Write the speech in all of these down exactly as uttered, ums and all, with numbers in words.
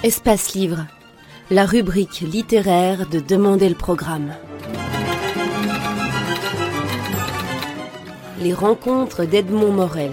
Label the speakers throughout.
Speaker 1: Espace Livre, la rubrique littéraire de Demandez le programme. Les rencontres d'Edmond Morel.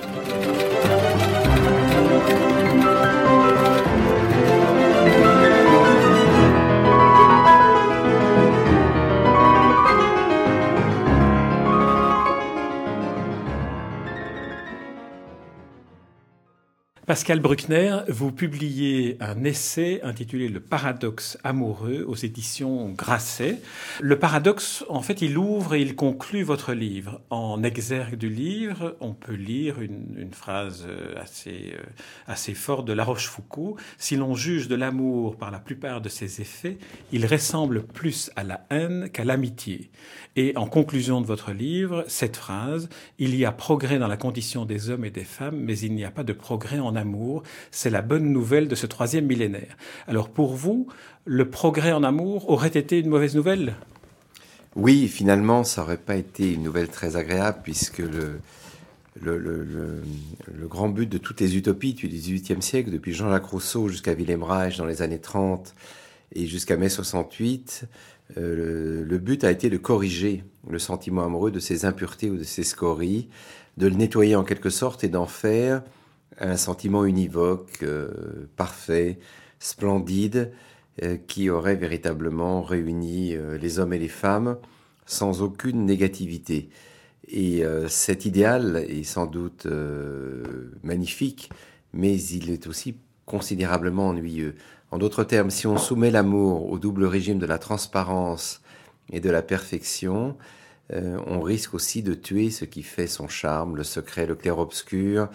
Speaker 2: Pascal Bruckner, vous publiez un essai intitulé « Le paradoxe amoureux » aux éditions Grasset. Le paradoxe, en fait, il ouvre et il conclut votre livre. En exergue du livre, on peut lire une, une phrase assez, assez forte de La Rochefoucauld. « Si l'on juge de l'amour par la plupart de ses effets, il ressemble plus à la haine qu'à l'amitié. » Et en conclusion de votre livre, cette phrase « Il y a progrès dans la condition des hommes et des femmes, mais il n'y a pas de progrès en amour, c'est la bonne nouvelle de ce troisième millénaire. » Alors pour vous, le progrès en amour aurait été une mauvaise nouvelle ?
Speaker 3: Oui, finalement, ça n'aurait pas été une nouvelle très agréable, puisque le, le, le, le, le grand but de toutes les utopies du dix-huitième siècle, depuis Jean-Jacques Rousseau jusqu'à Wilhelm Reich dans les années trente et jusqu'à mai soixante-huit, euh, le, le but a été de corriger le sentiment amoureux de ses impuretés ou de ses scories, de le nettoyer en quelque sorte et d'en faire un sentiment univoque, euh, parfait, splendide, euh, qui aurait véritablement réuni euh, les hommes et les femmes sans aucune négativité. Et euh, cet idéal est sans doute euh, magnifique, mais il est aussi considérablement ennuyeux. En d'autres termes, si on soumet l'amour au double régime de la transparence et de la perfection, euh, on risque aussi de tuer ce qui fait son charme, le secret, le clair-obscur,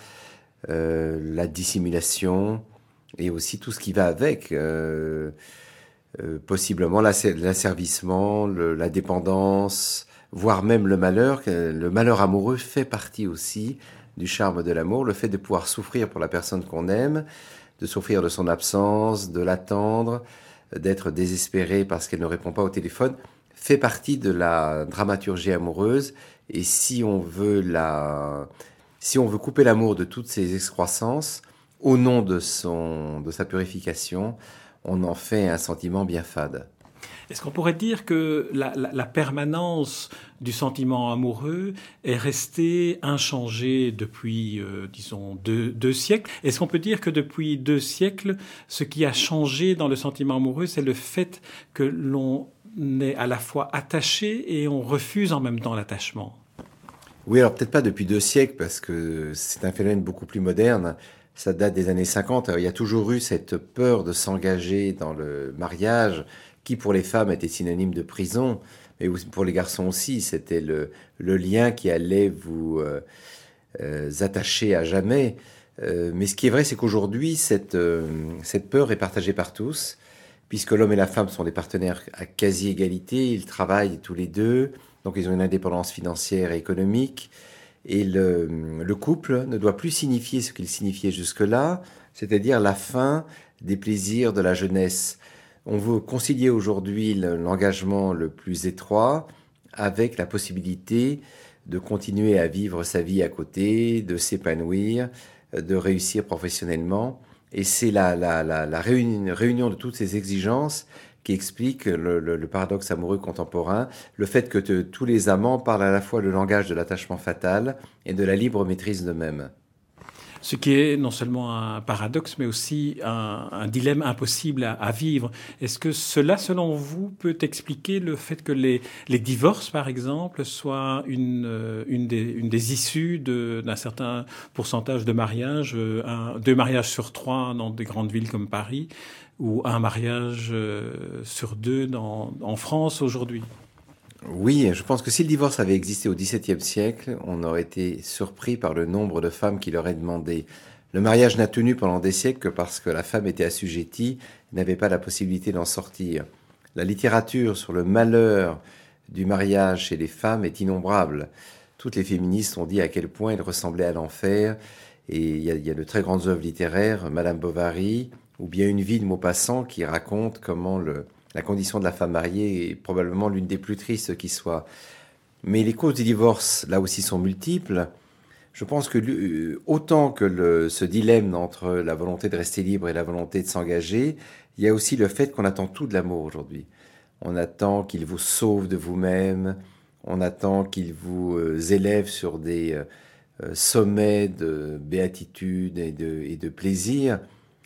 Speaker 3: Euh, la dissimulation et aussi tout ce qui va avec, euh, euh, possiblement l'asservissement, le, la dépendance, voire même le malheur. Le malheur amoureux fait partie aussi du charme de l'amour, le fait de pouvoir souffrir pour la personne qu'on aime, de souffrir de son absence, de l'attendre, d'être désespéré parce qu'elle ne répond pas au téléphone, fait partie de la dramaturgie amoureuse. Et si on veut la... Si on veut couper l'amour de toutes ses excroissances, au nom de, son, de sa purification, on en fait un sentiment bien fade.
Speaker 2: Est-ce qu'on pourrait dire que la, la, la permanence du sentiment amoureux est restée inchangée depuis, euh, disons, deux, deux siècles ? Est-ce qu'on peut dire que depuis deux siècles, ce qui a changé dans le sentiment amoureux, c'est le fait que l'on est à la fois attaché et on refuse en même temps l'attachement ?
Speaker 3: Oui, alors peut-être pas depuis deux siècles, parce que c'est un phénomène beaucoup plus moderne. Ça date des années cinquante. Alors, il y a toujours eu cette peur de s'engager dans le mariage, qui pour les femmes était synonyme de prison, mais pour les garçons aussi. C'était le, le lien qui allait vous euh, euh, attacher à jamais. Euh, mais ce qui est vrai, c'est qu'aujourd'hui, cette, euh, cette peur est partagée par tous, puisque l'homme et la femme sont des partenaires à quasi-égalité. Ils travaillent tous les deux. Donc, ils ont une indépendance financière et économique. Et le, le couple ne doit plus signifier ce qu'il signifiait jusque-là, c'est-à-dire la fin des plaisirs de la jeunesse. On veut concilier aujourd'hui l'engagement le plus étroit avec la possibilité de continuer à vivre sa vie à côté, de s'épanouir, de réussir professionnellement. Et c'est la, la, la, la réunion, réunion de toutes ces exigences qui explique le, le, le paradoxe amoureux contemporain, le fait que te, tous les amants parlent à la fois le langage de l'attachement fatal et de la libre maîtrise d'eux-mêmes.
Speaker 2: Ce qui est non seulement un paradoxe, mais aussi un, un dilemme impossible à, à vivre. Est-ce que cela, selon vous, peut expliquer le fait que les, les divorces, par exemple, soient une, une, des, une des issues de, d'un certain pourcentage de mariages, un, deux mariages sur trois dans des grandes villes comme Paris, ou un mariage sur deux dans, en France aujourd'hui?
Speaker 3: Oui, je pense que si le divorce avait existé au dix-septième siècle, on aurait été surpris par le nombre de femmes qui l'auraient demandé. Le mariage n'a tenu pendant des siècles que parce que la femme était assujettie et n'avait pas la possibilité d'en sortir. La littérature sur le malheur du mariage chez les femmes est innombrable. Toutes les féministes ont dit à quel point il ressemblait à l'enfer. Et il y a, il y a de très grandes œuvres littéraires, Madame Bovary, ou bien Une vie de Maupassant, qui raconte comment le... la condition de la femme mariée est probablement l'une des plus tristes qui soit. Mais les causes du divorce, là aussi, sont multiples. Je pense que euh, autant que le, ce dilemme entre la volonté de rester libre et la volonté de s'engager, il y a aussi le fait qu'on attend tout de l'amour aujourd'hui. On attend qu'il vous sauve de vous-même, on attend qu'il vous euh, élève sur des euh, sommets de béatitude et de, et de plaisir.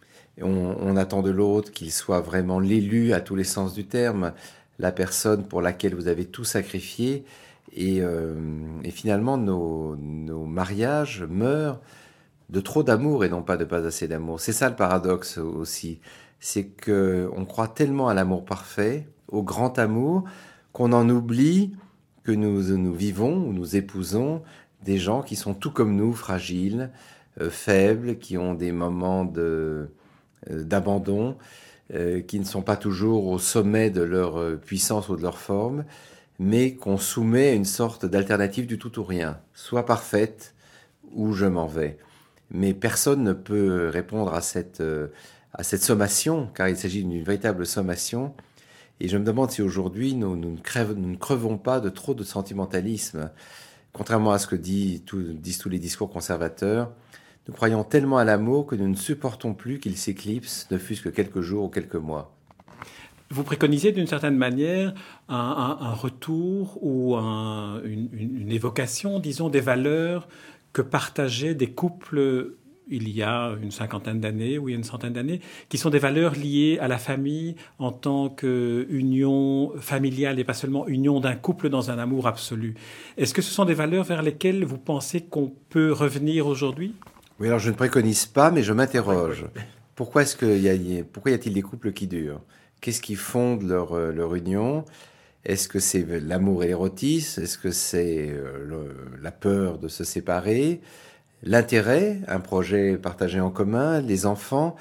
Speaker 3: On, on attend de l'autre qu'il soit vraiment l'élu à tous les sens du terme, la personne pour laquelle vous avez tout sacrifié. Et, euh, et finalement, nos, nos mariages meurent de trop d'amour et non pas de pas assez d'amour. C'est ça le paradoxe aussi. C'est qu'on croit tellement à l'amour parfait, au grand amour, qu'on en oublie que nous, nous vivons ou nous épousons des gens qui sont tout comme nous, fragiles, euh, faibles, qui ont des moments de, euh, d'abandon, euh, qui ne sont pas toujours au sommet de leur euh, puissance ou de leur forme, mais qu'on soumet à une sorte d'alternative du tout ou rien, soit parfaite ou je m'en vais. Mais personne ne peut répondre à cette, euh, à cette sommation, car il s'agit d'une véritable sommation. Et je me demande si aujourd'hui nous, nous, ne, crève, nous ne crevons pas de trop de sentimentalisme. Contrairement à ce que dit, tout, disent tous les discours conservateurs, nous croyons tellement à l'amour que nous ne supportons plus qu'il s'éclipse, ne fût-ce que quelques jours ou quelques mois.
Speaker 2: Vous préconisez d'une certaine manière un, un, un retour ou un, une, une évocation, disons, des valeurs que partageaient des couples il y a une cinquantaine d'années ou il y a une centaine d'années, qui sont des valeurs liées à la famille en tant qu'union familiale et pas seulement union d'un couple dans un amour absolu. Est-ce que ce sont des valeurs vers lesquelles vous pensez qu'on peut revenir aujourd'hui ?
Speaker 3: Oui, alors je ne préconise pas, mais je m'interroge. Pourquoi, est-ce qu'il y a, pourquoi y a-t-il des couples qui durent ? Qu'est-ce qui fonde leur, leur union ? Est-ce que c'est l'amour et l'érotisme ? Est-ce que c'est le, la peur de se séparer ? L'intérêt, un projet partagé en commun, les enfants.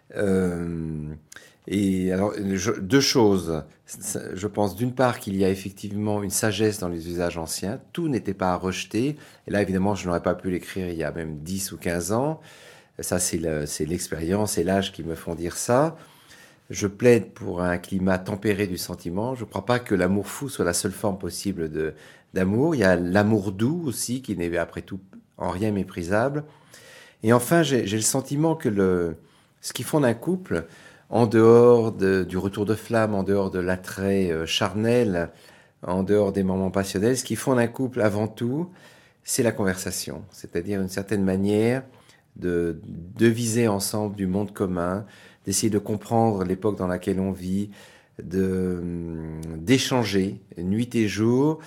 Speaker 3: Euh, et alors, je, deux choses. Je pense d'une part qu'il y a effectivement une sagesse dans les usages anciens. Tout n'était pas à rejeter. Et là, évidemment, je n'aurais pas pu l'écrire il y a même dix ou quinze ans. Ça, c'est, le, c'est l'expérience et l'âge qui me font dire ça. Je plaide pour un climat tempéré du sentiment. Je ne crois pas que l'amour fou soit la seule forme possible de, d'amour. Il y a l'amour doux aussi, qui n'est après tout en rien méprisable. Et enfin, j'ai, j'ai le sentiment que le, ce qui fonde un couple, en dehors de, du retour de flamme, en dehors de l'attrait euh, charnel, en dehors des moments passionnels, ce qui fonde un couple avant tout, c'est la conversation. C'est-à-dire une certaine manière de, de viser ensemble du monde commun, d'essayer de comprendre l'époque dans laquelle on vit, de, d'échanger nuit et jour,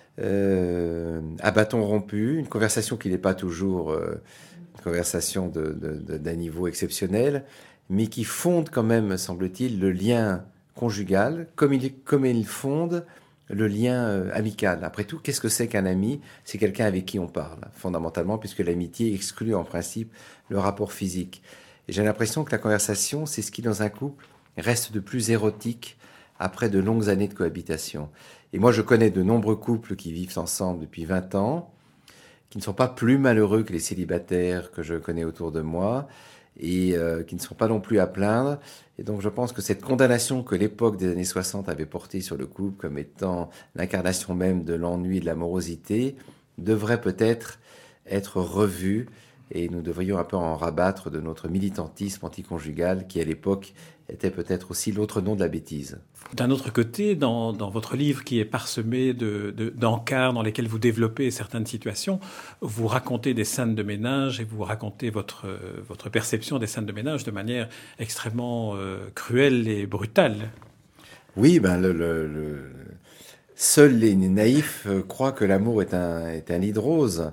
Speaker 3: euh, à bâton rompu, une conversation qui n'est pas toujours euh, une conversation de, de, de, d'un niveau exceptionnel, mais qui fonde quand même, semble-t-il, le lien conjugal, comme il, comme il fonde le lien euh, amical. Après tout, qu'est-ce que c'est qu'un ami ? C'est quelqu'un avec qui on parle, fondamentalement, puisque l'amitié exclut en principe le rapport physique. Et j'ai l'impression que la conversation, c'est ce qui, dans un couple, reste de plus érotique après de longues années de cohabitation. Et moi, je connais de nombreux couples qui vivent ensemble depuis vingt ans, qui ne sont pas plus malheureux que les célibataires que je connais autour de moi, et euh, qui ne sont pas non plus à plaindre. Et donc, je pense que cette condamnation que l'époque des années soixante avait portée sur le couple comme étant l'incarnation même de l'ennui et de la morosité devrait peut-être être revue. Et nous devrions un peu en rabattre de notre militantisme anticonjugal qui, à l'époque, était peut-être aussi l'autre nom de la bêtise.
Speaker 2: D'un autre côté, dans, dans votre livre qui est parsemé de, de, d'encarts dans lesquels vous développez certaines situations, vous racontez des scènes de ménage et vous racontez votre, votre perception des scènes de ménage de manière extrêmement euh, cruelle et brutale.
Speaker 3: Oui, ben le, le, le... seuls les naïfs croient que l'amour est un, est un lit de rose.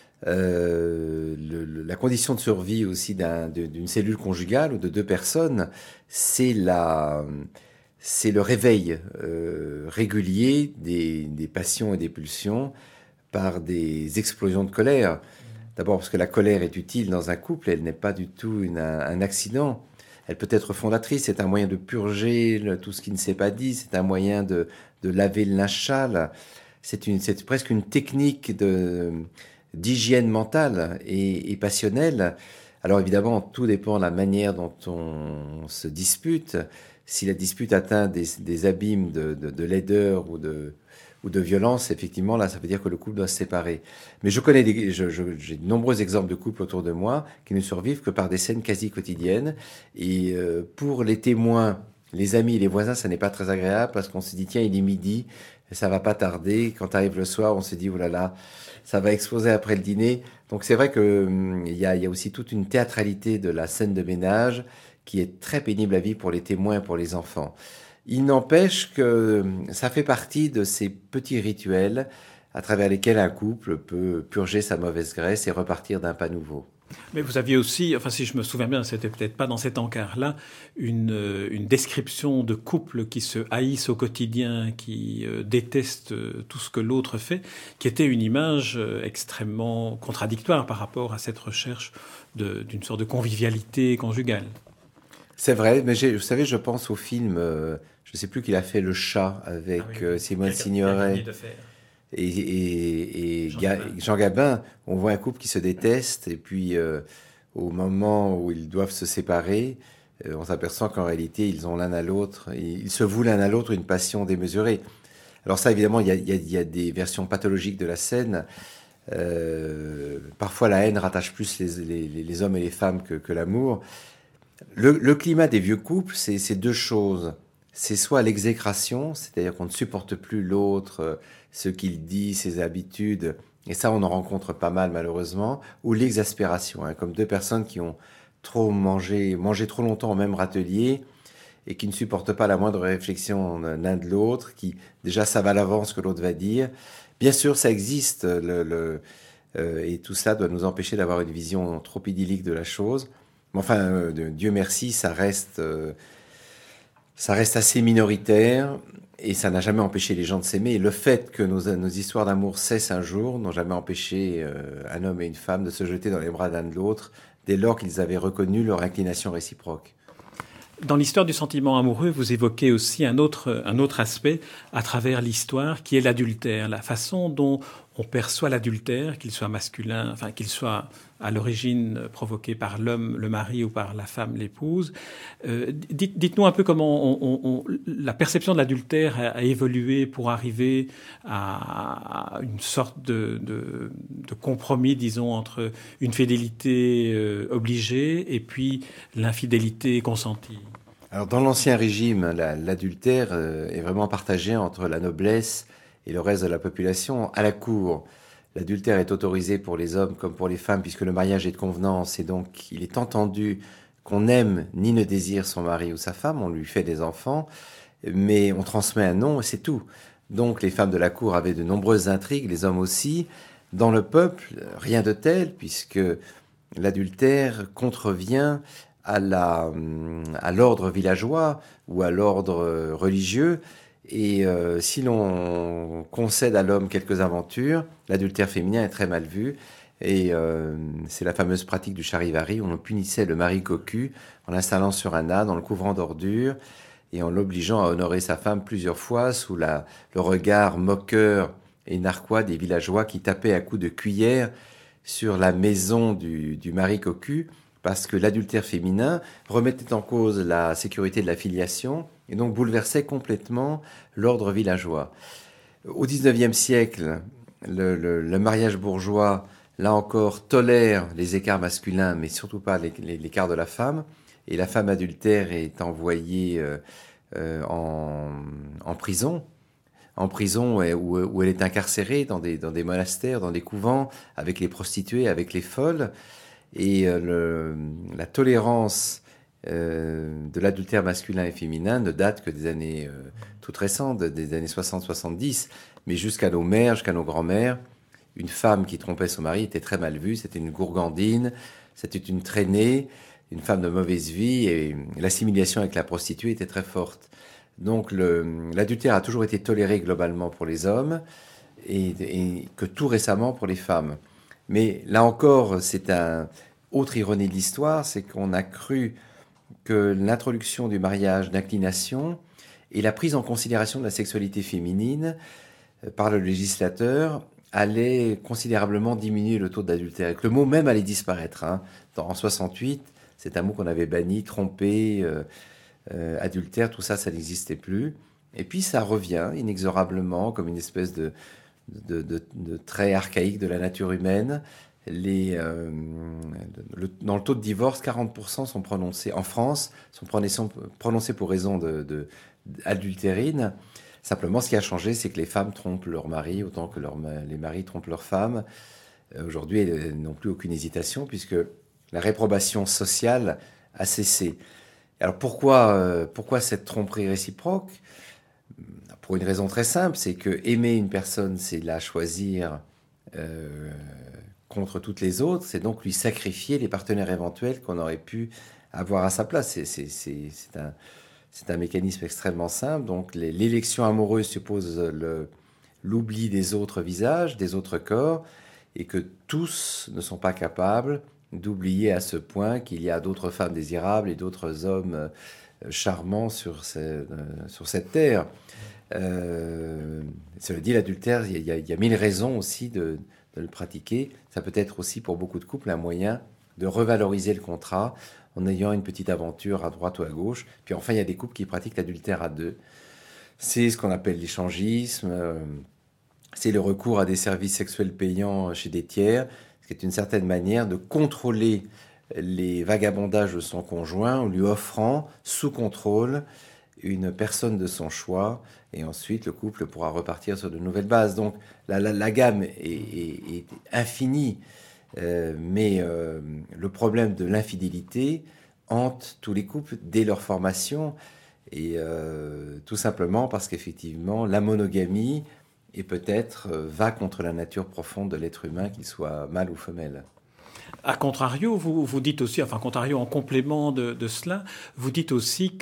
Speaker 3: Euh, le, le, la condition de survie aussi d'un, de, d'une cellule conjugale ou de deux personnes, c'est, la, c'est le réveil euh, régulier des, des passions et des pulsions par des explosions de colère. D'abord parce que la colère est utile dans un couple, elle n'est pas du tout une, un accident. Elle peut être fondatrice, c'est un moyen de purger le, tout ce qui ne s'est pas dit, c'est un moyen de, de laver le linge sale. C'est, une, c'est presque une technique de... d'hygiène mentale et, et passionnelle. Alors évidemment, tout dépend de la manière dont on se dispute. Si la dispute atteint des, des abîmes de, de, de laideur ou de, ou de violence, effectivement, là, ça veut dire que le couple doit se séparer. Mais je connais des, je, je, j'ai de nombreux exemples de couples autour de moi qui ne survivent que par des scènes quasi quotidiennes. Et euh, pour les témoins, les amis et les voisins, ça n'est pas très agréable parce qu'on se dit, tiens, il est midi, ça va pas tarder. Quand arrive le soir, on se dit, oh là là, ça va exploser après le dîner. Donc c'est vrai que hum, il y a, il y a aussi toute une théâtralité de la scène de ménage qui est très pénible à vivre pour les témoins et pour les enfants. Il n'empêche que ça fait partie de ces petits rituels à travers lesquels un couple peut purger sa mauvaise graisse et repartir d'un pas nouveau.
Speaker 2: Mais vous aviez aussi, enfin si je me souviens bien, c'était peut-être pas dans cet encart-là, une, une description de couples qui se haïssent au quotidien, qui euh, détestent euh, tout ce que l'autre fait, qui était une image euh, extrêmement contradictoire par rapport à cette recherche de, d'une sorte de convivialité conjugale.
Speaker 3: C'est vrai, mais j'ai, vous savez, je pense au film, euh, je ne sais plus qui a fait Le Chat avec ah oui, oui. Euh, Simone Signoret et, et, et Jean, Ga- Gabin. Jean Gabin. On voit un couple qui se déteste et puis euh, au moment où ils doivent se séparer, euh, on s'aperçoit qu'en réalité, ils ont l'un à l'autre, ils se vouent l'un à l'autre une passion démesurée. Alors ça, évidemment, il y a, il y a, il y a des versions pathologiques de la scène. Euh, parfois, la haine rattache plus les, les, les hommes et les femmes que, que l'amour. Le, le climat des vieux couples, c'est, c'est deux choses. C'est soit l'exécration, c'est-à-dire qu'on ne supporte plus l'autre, euh, ce qu'il dit, ses habitudes, et ça on en rencontre pas mal malheureusement, ou l'exaspération, hein, comme deux personnes qui ont trop mangé, mangé trop longtemps au même râtelier et qui ne supportent pas la moindre réflexion l'un de l'autre, qui déjà savent à l'avance ce que l'autre va dire. Bien sûr, ça existe, le, le, euh, et tout ça doit nous empêcher d'avoir une vision trop idyllique de la chose. Mais enfin, euh, Dieu merci, ça reste, euh, ça reste assez minoritaire et ça n'a jamais empêché les gens de s'aimer. Et le fait que nos, nos histoires d'amour cessent un jour n'ont jamais empêché euh, un homme et une femme de se jeter dans les bras l'un de l'autre dès lors qu'ils avaient reconnu leur inclination réciproque.
Speaker 2: Dans l'histoire du sentiment amoureux, vous évoquez aussi un autre, un autre aspect à travers l'histoire qui est l'adultère, la façon dont on perçoit l'adultère, qu'il soit masculin, enfin qu'il soit à l'origine provoqué par l'homme, le mari, ou par la femme, l'épouse. Euh, dites, dites-nous un peu comment on, on, on, la perception de l'adultère a, a évolué pour arriver à, à une sorte de, de, de compromis, disons, entre une fidélité euh, obligée et puis l'infidélité consentie.
Speaker 3: Alors dans l'Ancien Régime, la, l'adultère euh, est vraiment partagé entre la noblesse et le reste de la population. À la cour, l'adultère est autorisé pour les hommes comme pour les femmes puisque le mariage est de convenance et donc il est entendu qu'on aime ni ne désire son mari ou sa femme, on lui fait des enfants, mais on transmet un nom et c'est tout. Donc les femmes de la cour avaient de nombreuses intrigues, les hommes aussi. Dans le peuple, rien de tel puisque l'adultère contrevient à, la, à l'ordre villageois ou à l'ordre religieux. Et euh, si l'on concède à l'homme quelques aventures, l'adultère féminin est très mal vu. Et euh, c'est la fameuse pratique du charivari où l'on punissait le mari cocu en l'installant sur un âne, en le couvrant d'ordures et en l'obligeant à honorer sa femme plusieurs fois sous la, le regard moqueur et narquois des villageois qui tapaient à coups de cuillère sur la maison du, du mari cocu parce que l'adultère féminin remettait en cause la sécurité de la filiation et donc bouleversait complètement l'ordre villageois. Au dix-neuvième siècle, le, le, le mariage bourgeois, là encore, tolère les écarts masculins, mais surtout pas les, les, l'écart de la femme, et la femme adultère est envoyée euh, euh, en, en prison, en prison où, où elle est incarcérée dans des, dans des monastères, dans des couvents, avec les prostituées, avec les folles, et euh, le, la tolérance Euh, de l'adultère masculin et féminin ne date que des années euh, toutes récentes, des années soixante soixante-dix, mais jusqu'à nos mères, jusqu'à nos grands-mères, une femme qui trompait son mari était très mal vue, c'était une gourgandine, c'était une traînée, une femme de mauvaise vie, et l'assimilation avec la prostituée était très forte. Donc le, l'adultère a toujours été toléré globalement pour les hommes, et, et que tout récemment pour les femmes. Mais là encore, c'est un autre ironie de l'histoire, c'est qu'on a cru que l'introduction du mariage d'inclination et la prise en considération de la sexualité féminine par le législateur allait considérablement diminuer le taux d'adultère, et que le mot même allait disparaître. Hein. En soixante-huit, c'est un mot qu'on avait banni, trompé, euh, euh, adultère, tout ça, ça n'existait plus. Et puis ça revient inexorablement comme une espèce de, de, de, de trait archaïque de la nature humaine. Les, euh, le, dans le taux de divorce, quarante pour cent sont prononcés, en France, sont prononcés, prononcés pour raison de, de, d'adultérine. Simplement, ce qui a changé, c'est que les femmes trompent leur mari autant que leur, les maris trompent leurs femmes. Euh, aujourd'hui, elles n'ont plus aucune hésitation puisque la réprobation sociale a cessé. Alors pourquoi, euh, pourquoi cette tromperie réciproque ? Pour une raison très simple, c'est que aimer une personne, c'est la choisir euh, contre toutes les autres, c'est donc lui sacrifier les partenaires éventuels qu'on aurait pu avoir à sa place. C'est, c'est, c'est, c'est, un, c'est un mécanisme extrêmement simple. Donc les, l'élection amoureuse suppose le, l'oubli des autres visages, des autres corps, et que tous ne sont pas capables d'oublier à ce point qu'il y a d'autres femmes désirables et d'autres hommes charmants sur, ces, euh, sur cette terre. Euh, cela dit, l'adultère, il y, a, il y a mille raisons aussi de, de le pratiquer. Ça peut être aussi pour beaucoup de couples un moyen de revaloriser le contrat en ayant une petite aventure à droite ou à gauche. Puis enfin, il y a des couples qui pratiquent l'adultère à deux. C'est ce qu'on appelle l'échangisme. Euh, c'est le recours à des services sexuels payants chez des tiers, ce qui est une certaine manière de contrôler les vagabondages de son conjoint en lui offrant sous contrôle une personne de son choix, et ensuite le couple pourra repartir sur de nouvelles bases. Donc la, la, la gamme est, est, est infinie, euh, mais euh, le problème de l'infidélité hante tous les couples dès leur formation, et euh, tout simplement parce qu'effectivement la monogamie et peut-être euh, va contre la nature profonde de l'être humain, qu'il soit mâle ou femelle.
Speaker 2: A contrario, vous, vous dites aussi, enfin, contrario, en complément de, de cela, vous dites aussi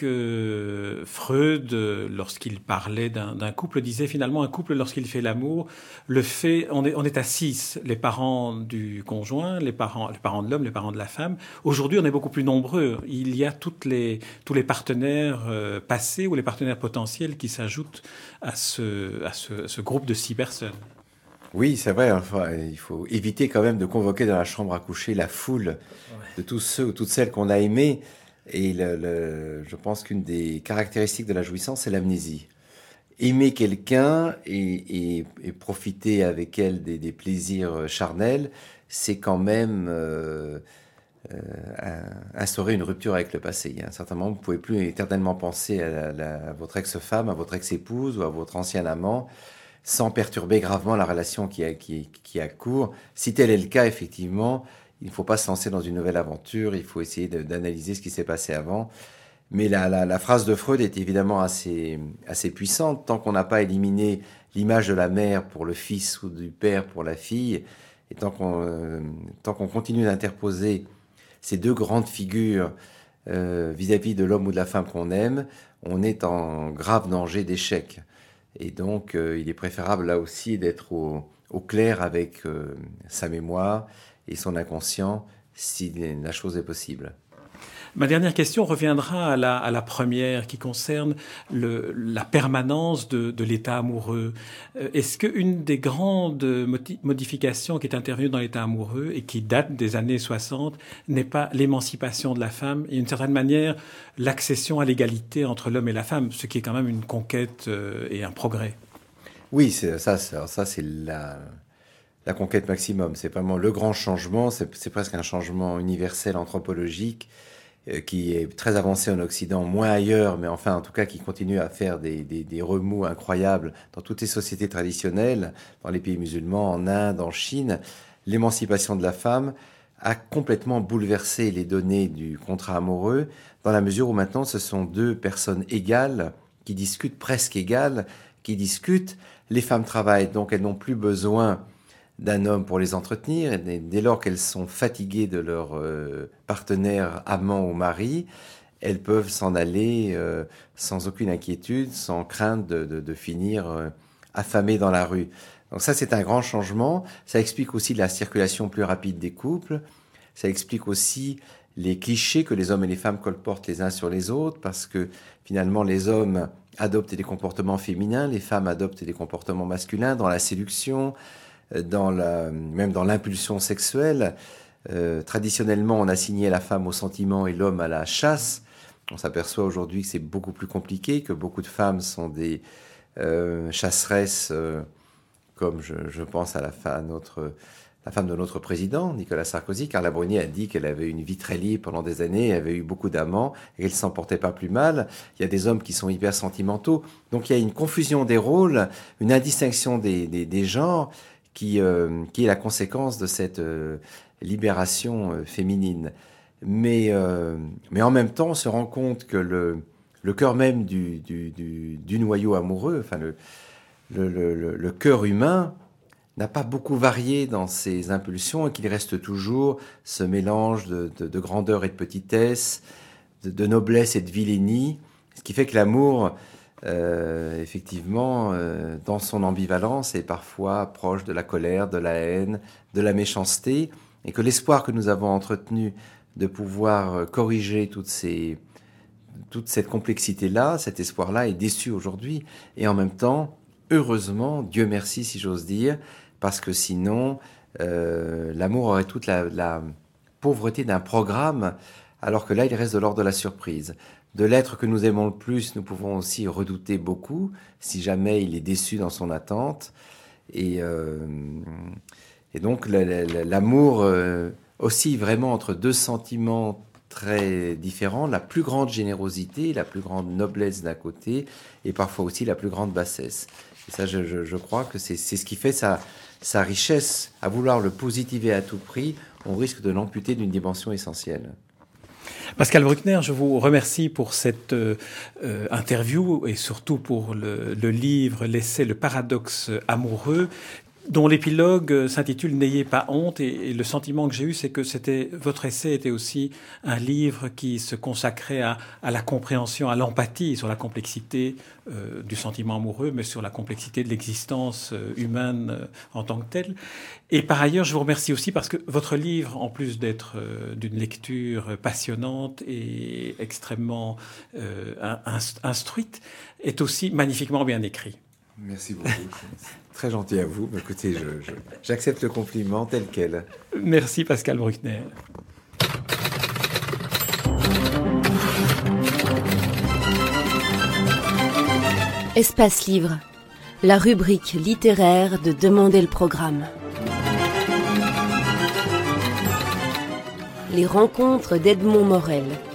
Speaker 2: que Freud, lorsqu'il parlait d'un, d'un couple, disait finalement un couple, lorsqu'il fait l'amour, le fait, on est, on est à six, les parents du conjoint, les parents, les parents de l'homme, les parents de la femme. Aujourd'hui, on est beaucoup plus nombreux. Il y a toutes les, tous les partenaires euh, passés ou les partenaires potentiels qui s'ajoutent à ce, à ce, ce groupe de six personnes.
Speaker 3: Oui, c'est vrai. Enfin, il faut éviter quand même de convoquer dans la chambre à coucher la foule ouais. de tous ceux ou toutes celles qu'on a aimés. Et le, le, je pense qu'une des caractéristiques de la jouissance, c'est l'amnésie. Aimer quelqu'un et, et, et profiter avec elle des, des plaisirs charnels, c'est quand même euh, euh, instaurer une rupture avec le passé. À un certain moment, vous ne pouvez plus éternellement penser à, la, la, à votre ex-femme, à votre ex-épouse ou à votre ancien amant, sans perturber gravement la relation qui a, qui, qui a cours. Si tel est le cas, effectivement, il ne faut pas se lancer dans une nouvelle aventure, il faut essayer de, d'analyser ce qui s'est passé avant. Mais la, la, la phrase de Freud est évidemment assez, assez puissante. Tant qu'on n'a pas éliminé l'image de la mère pour le fils ou du père pour la fille, et tant qu'on, euh, tant qu'on continue d'interposer ces deux grandes figures euh, vis-à-vis de l'homme ou de la femme qu'on aime, on est en grave danger d'échec. Et donc, euh, il est préférable, là aussi, d'être au, au clair avec euh, sa mémoire et son inconscient, si la chose est possible.
Speaker 2: Ma dernière question reviendra à la, à la première, qui concerne le, la permanence de, de l'état amoureux. Est-ce qu'une des grandes modifications qui est intervenue dans l'état amoureux et qui date des années soixante n'est pas l'émancipation de la femme et, d'une certaine manière, l'accession à l'égalité entre l'homme et la femme, ce qui est quand même une conquête et un progrès?
Speaker 3: Oui, c'est, ça, ça, ça c'est la, la conquête maximum. C'est vraiment le grand changement. C'est, c'est presque un changement universel anthropologique qui est très avancé en Occident, moins ailleurs, mais enfin, en tout cas, qui continue à faire des, des, des remous incroyables dans toutes les sociétés traditionnelles, dans les pays musulmans, en Inde, en Chine. L'émancipation de la femme a complètement bouleversé les données du contrat amoureux, dans la mesure où maintenant, ce sont deux personnes égales, qui discutent presque égales, qui discutent. Les femmes travaillent, donc elles n'ont plus besoin d'un homme pour les entretenir, et dès lors qu'elles sont fatiguées de leur euh, partenaire, amant ou mari, elles peuvent s'en aller euh, sans aucune inquiétude, sans crainte de, de, de finir euh, affamées dans la rue. Donc ça, c'est un grand changement. Ça explique aussi la circulation plus rapide des couples. Ça explique aussi les clichés que les hommes et les femmes colportent les uns sur les autres, parce que finalement, les hommes adoptent des comportements féminins, les femmes adoptent des comportements masculins dans la séduction, dans la, même dans l'impulsion sexuelle. Euh, traditionnellement, on assignait la femme au sentiment et l'homme à la chasse. On s'aperçoit aujourd'hui que c'est beaucoup plus compliqué, que beaucoup de femmes sont des euh, chasseresses, euh, comme je, je pense à la, à notre, la femme de notre président, Nicolas Sarkozy. Carla Bruni a dit qu'elle avait une vie très libre pendant des années, elle avait eu beaucoup d'amants et qu'elle ne s'en portait pas plus mal. Il y a des hommes qui sont hyper sentimentaux. Donc il y a une confusion des rôles, une indistinction des, des, des genres qui, euh, qui est la conséquence de cette euh, libération euh, féminine. Mais, euh, mais en même temps, on se rend compte que le, le cœur même du, du, du, du noyau amoureux, enfin le, le, le, le cœur humain, n'a pas beaucoup varié dans ses impulsions et qu'il reste toujours ce mélange de, de, de grandeur et de petitesse, de, de noblesse et de vilainie, ce qui fait que l'amour, euh, effectivement, euh, dans son ambivalence, est parfois proche de la colère, de la haine, de la méchanceté, et que l'espoir que nous avons entretenu de pouvoir corriger toutes ces, toute cette complexité-là, cet espoir-là est déçu aujourd'hui. Et en même temps, heureusement, Dieu merci si j'ose dire, parce que sinon, euh, l'amour aurait toute la, la pauvreté d'un programme, alors que là, il reste de l'ordre de la surprise. De l'être que nous aimons le plus, nous pouvons aussi redouter beaucoup, si jamais il est déçu dans son attente. Et, euh, et donc, l'amour euh, oscille vraiment entre deux sentiments très différents, la plus grande générosité, la plus grande noblesse d'un côté, et parfois aussi la plus grande bassesse. Et ça, je, je, je crois que c'est ce qui fait sa, sa richesse. À vouloir le positiver à tout prix, on risque de l'amputer d'une dimension essentielle.
Speaker 2: Pascal Bruckner, je vous remercie pour cette euh, interview et surtout pour le, le livre, l'essai « Le paradoxe amoureux », dont l'épilogue s'intitule « N'ayez pas honte ». Et, et le sentiment que j'ai eu, c'est que c'était, votre essai était aussi un livre qui se consacrait à, à la compréhension, à l'empathie sur la complexité euh, du sentiment amoureux, mais sur la complexité de l'existence euh, humaine euh, en tant que telle. Et par ailleurs, je vous remercie aussi parce que votre livre, en plus d'être euh, d'une lecture passionnante et extrêmement euh, instruite, est aussi magnifiquement bien écrit.
Speaker 3: Merci beaucoup. Très gentil à vous. Écoutez, je, je, j'accepte le compliment tel quel.
Speaker 2: Merci Pascal Bruckner.
Speaker 1: Espace Livre, la rubrique littéraire de Demandez le programme. Les rencontres d'Edmond Morel.